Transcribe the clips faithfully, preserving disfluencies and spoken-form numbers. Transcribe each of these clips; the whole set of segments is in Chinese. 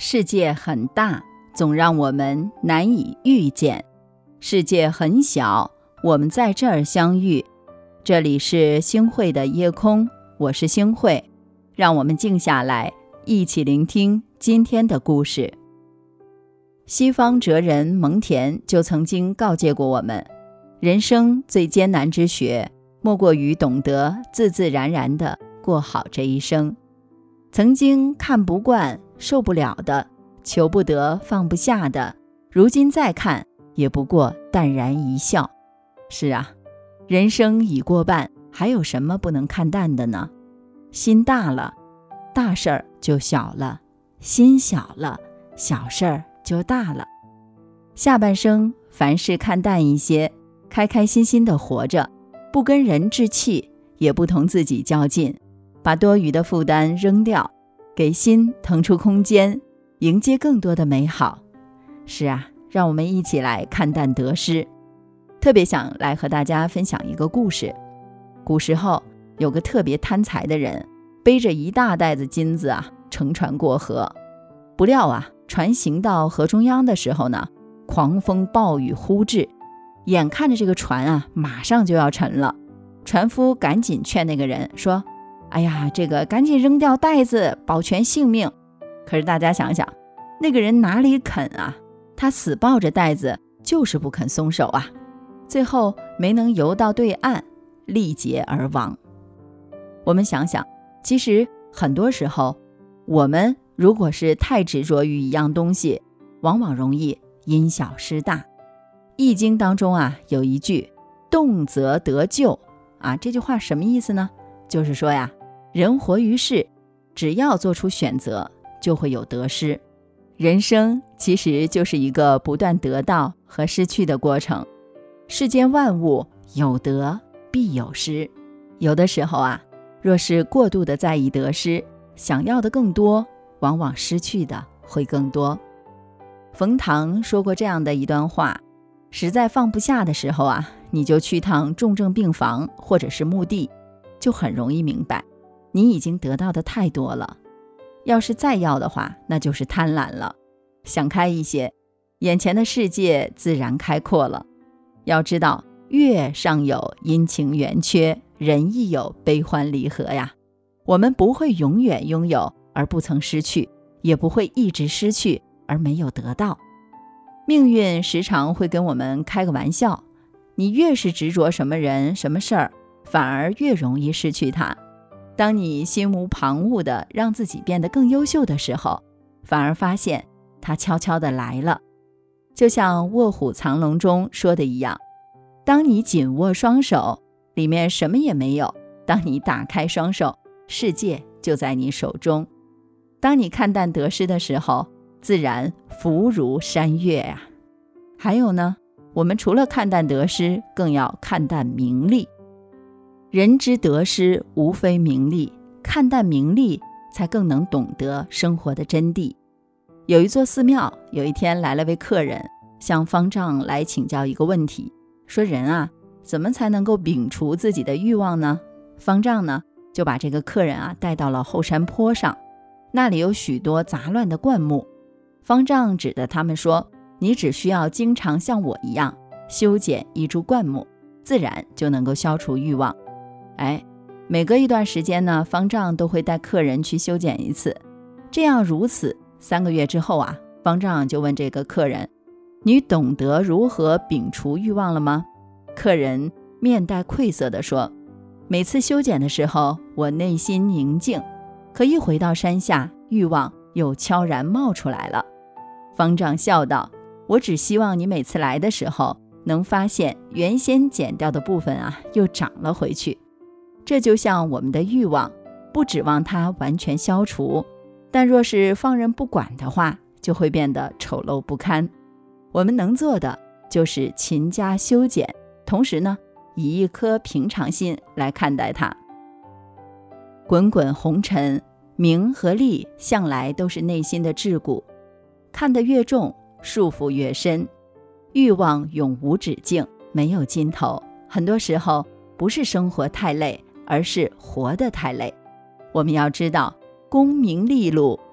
世界很大，总让我们难以遇见；世界很小，我们在这儿相遇。这里是星汇的夜空，我是星汇，让我们静下来，一起聆听今天的故事。西方哲人蒙恬就曾经告诫过我们，人生最艰难之学，莫过于懂得自自然然地过好这一生。曾经看不惯、受不了的，求不得、放不下的，如今再看，也不过淡然一笑。是啊，人生已过半，还有什么不能看淡的呢？心大了，大事儿就小了；心小了，小事儿就大了。下半生，凡事看淡一些，开开心心地活着，不跟人置气，也不同自己较劲，把多余的负担扔掉，给心腾出空间，迎接更多的美好。是啊，让我们一起来看淡得失。特别想来和大家分享一个故事。古时候有个特别贪财的人，背着一大袋子金子啊，乘船过河。不料啊，船行到河中央的时候呢，狂风暴雨忽至，眼看着这个船啊，马上就要沉了。船夫赶紧劝那个人说，哎呀，这个赶紧扔掉袋子，保全性命。可是大家想想，那个人哪里肯啊？他死抱着袋子，就是不肯松手啊。最后没能游到对岸，力竭而亡。我们想想，其实很多时候，我们如果是太执着于一样东西，往往容易因小失大。易经当中啊，有一句动则得咎啊，这句话什么意思呢？就是说呀，人活于世，只要做出选择，就会有得失。人生其实就是一个不断得到和失去的过程。世间万物有得必有失，有的时候啊，若是过度的在意得失，想要的更多，往往失去的会更多。冯唐说过这样的一段话，实在放不下的时候啊，你就去趟重症病房或者是墓地，就很容易明白，你已经得到的太多了。要是再要的话，那就是贪婪了。想开一些，眼前的世界自然开阔了。要知道，月上有阴晴圆缺，人亦有悲欢离合呀。我们不会永远拥有而不曾失去，也不会一直失去而没有得到。命运时常会跟我们开个玩笑，你越是执着什么人什么事儿，反而越容易失去它。当你心无旁骛地让自己变得更优秀的时候，反而发现它悄悄地来了。就像《卧虎藏龙》中说的一样，当你紧握双手，里面什么也没有；当你打开双手，世界就在你手中。当你看淡得失的时候，自然福如山岳呀、啊。还有呢，我们除了看淡得失，更要看淡名利。人之得失无非名利，看淡名利，才更能懂得生活的真谛。有一座寺庙，有一天来了位客人，向方丈来请教一个问题，说人啊，怎么才能够摒除自己的欲望呢？方丈呢，就把这个客人啊带到了后山坡上，那里有许多杂乱的灌木。方丈指着他们说，你只需要经常像我一样修剪一株灌木，自然就能够消除欲望。哎，每隔一段时间呢，方丈都会带客人去修剪一次。这样如此，三个月之后啊，方丈就问这个客人，你懂得如何摒除欲望了吗？客人面带愧色地说，每次修剪的时候，我内心宁静，可一回到山下，欲望又悄然冒出来了。方丈笑道，我只希望你每次来的时候，能发现原先剪掉的部分啊，又长了回去。这就像我们的欲望，不指望它完全消除，但若是放任不管的话，就会变得丑陋不堪。我们能做的就是勤加修剪，同时呢，以一颗平常心来看待它。滚滚红尘，名和利向来都是内心的桎梏，看得越重，束缚越深。欲望永无止境，没有尽头。很多时候不是生活太累，而是活得太累。我们要知道，功名利禄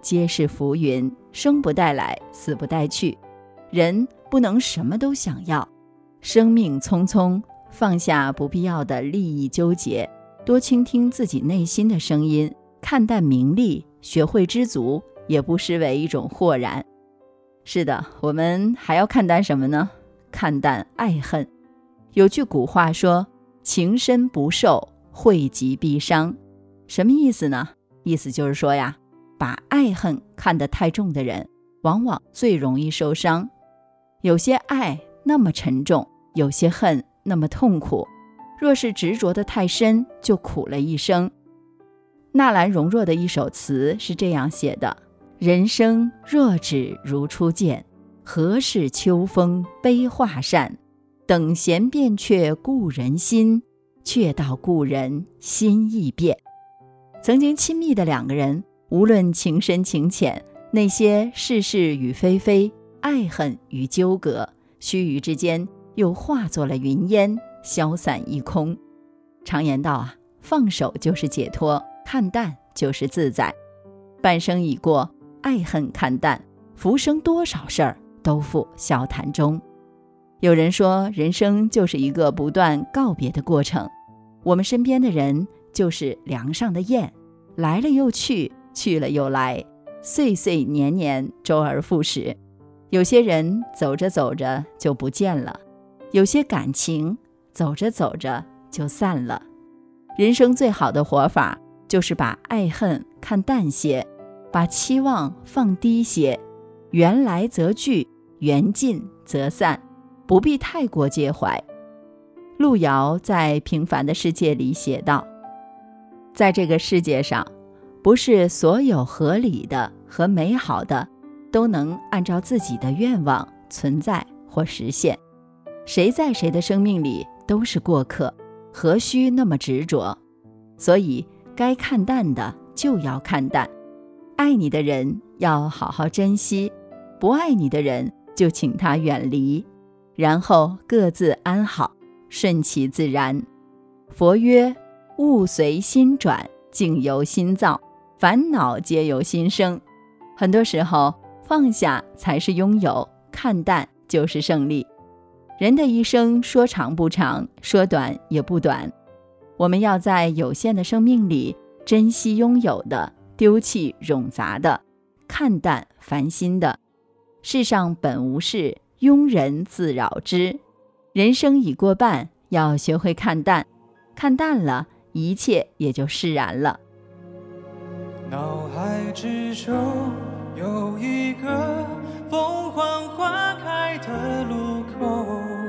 皆是浮云，生不带来，死不带去。人不能什么都想要，生命匆匆，放下不必要的利益纠结，多倾听自己内心的声音，看淡名利，学会知足，也不失为一种豁然。是的，我们还要看淡什么呢？看淡爱恨。有句古话说，情深不寿，惠及必伤。什么意思呢？意思就是说呀，把爱恨看得太重的人，往往最容易受伤。有些爱那么沉重，有些恨那么痛苦，若是执着得太深，就苦了一生。纳兰容若的一首词是这样写的：人生若只如初见，何事秋风悲画扇？等闲变却故人心，却道故人心易变。曾经亲密的两个人，无论情深情浅，那些是是与非非，爱恨与纠葛，须臾之间又化作了云烟，消散一空。常言道啊，放手就是解脱，看淡就是自在。半生已过，爱恨看淡，浮生多少事儿都付笑谈中。有人说，人生就是一个不断告别的过程，我们身边的人就是梁上的燕，来了又去，去了又来，岁岁年年，周而复始。有些人走着走着就不见了，有些感情走着走着就散了。人生最好的活法，就是把爱恨看淡些，把期望放低些，缘来则聚，缘尽则散，不必太过介怀。路遥在《平凡的世界》里写道，在这个世界上，不是所有合理的和美好的都能按照自己的愿望存在或实现，谁在谁的生命里都是过客，何须那么执着？所以该看淡的就要看淡，爱你的人要好好珍惜，不爱你的人就请他远离，然后各自安好，顺其自然。佛曰，物随心转，境由心造，烦恼皆由心生。很多时候，放下才是拥有，看淡就是胜利。人的一生说长不长，说短也不短，我们要在有限的生命里珍惜拥有的，丢弃冗杂的，看淡烦心的。世上本无事，庸人自扰之。人生已过半，要学会看淡，看淡了，一切也就释然了。 脑海之中有一个凤凰花开的路口，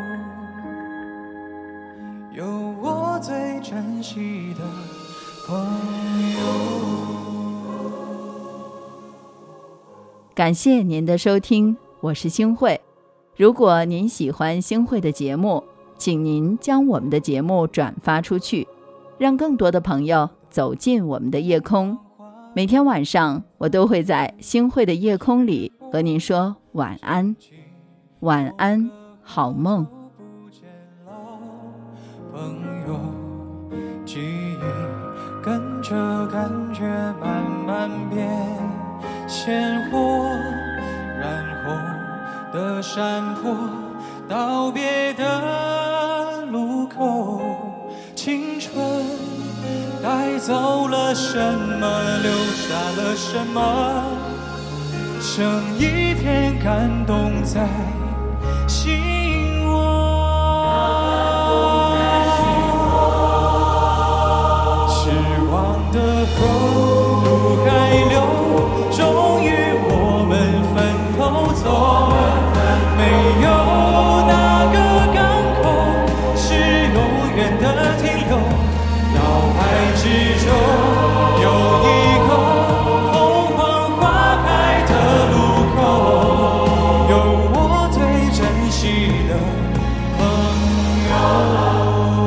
有我最珍惜的朋友。 感谢您的收听，我是星慧。如果您喜欢星慧的节目，请您将我们的节目转发出去，让更多的朋友走进我们的夜空。每天晚上，我都会在星慧的夜空里和您说晚安，晚安，好梦。 朋友，记忆跟着感觉慢慢变鲜活，染红的山坡，道别的路口，青春带走了什么，留下了什么，剩一片感动在心窝。失望的河路该流，终于我们分头走，没有哪个港口是永远的停留，脑海之中有一个凤凰花开的路口，有我最珍惜的朋友。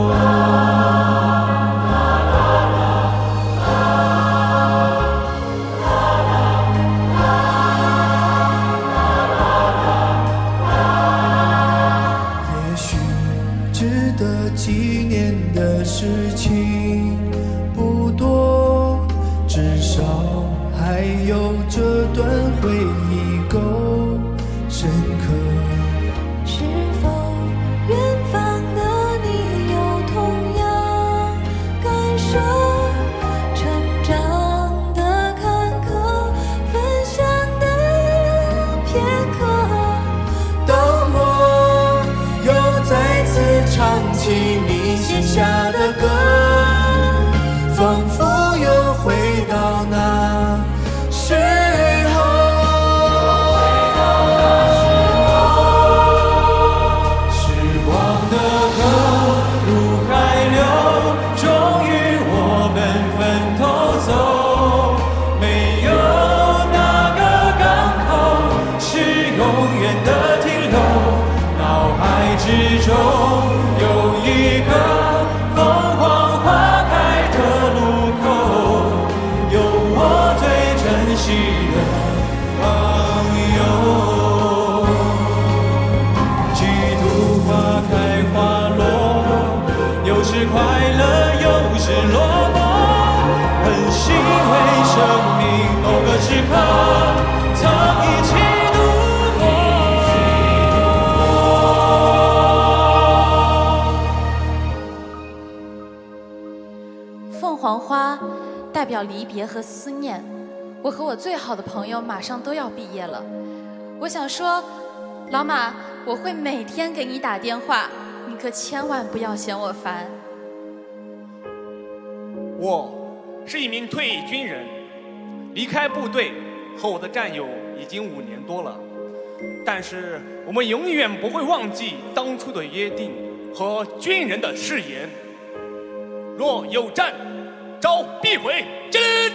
也许值得纪念的事情不多，至少还有这顿回忆够深刻。 是否远方的你有同样感受？成长的坎坷，分享的片刻。 当我又再次唱起你写下的歌，仿佛又回到那时候。时光的河如海流，终于我们分头走。没有哪个港口是永远的停留，脑海之中有一个凤凰花开的路口，有我最珍惜的朋友。几度花开花落，有时快乐，有时落寞。很欣慰生命某个时刻曾一起度过。 凤凰花代表离别和思念。我和我最好的朋友马上都要毕业了，我想说，老马，我会每天给你打电话，你可千万不要嫌我烦。 我是一名退役军人，离开部队和我的战友已经五年多了，但是我们永远不会忘记当初的约定和军人的誓言。若有战，招必回。敬礼！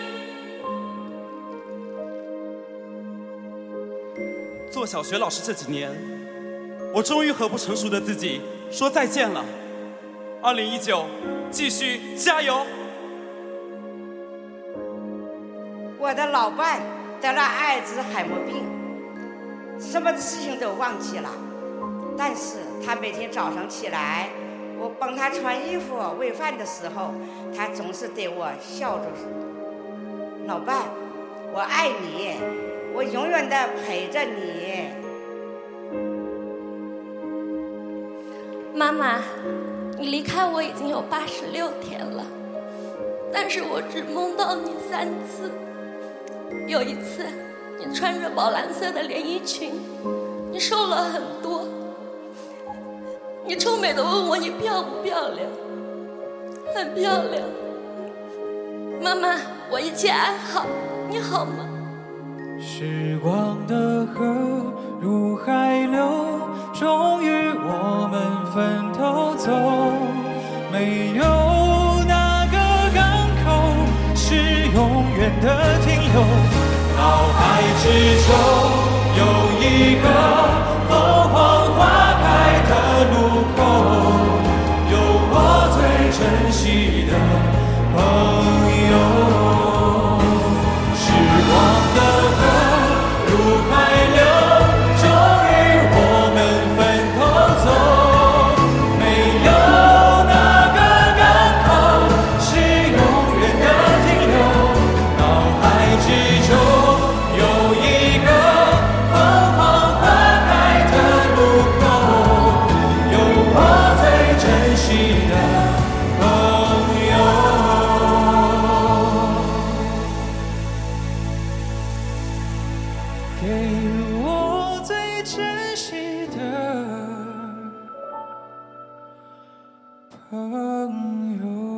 做小学老师这几年，我终于和不成熟的自己说再见了。二零一九，继续加油！ 我的老伴得了阿尔兹海默病，什么事情都忘记了，但是他每天早上起来，我帮他穿衣服喂饭的时候，他总是对我笑着说：老伴，我爱你，我永远的陪着你。 妈妈，你离开我已经有八十六天了，但是我只梦到你三次。有一次，你穿着宝蓝色的连衣裙，你瘦了很多，你臭美的问我你漂不漂亮，很漂亮。妈妈，我一切安好，你好吗？ 时光的河如海流，终于我们分头走。没有哪个港口是永远的停留，脑海之中有一个凤凰花开的路口，有我最珍惜的朋友。时光的河如海流，终于我们分头走。没有哪个港口是永远的停留，脑海之中有一个凤凰花开的路口，有我最珍惜的朋友。给我最珍惜的朋友。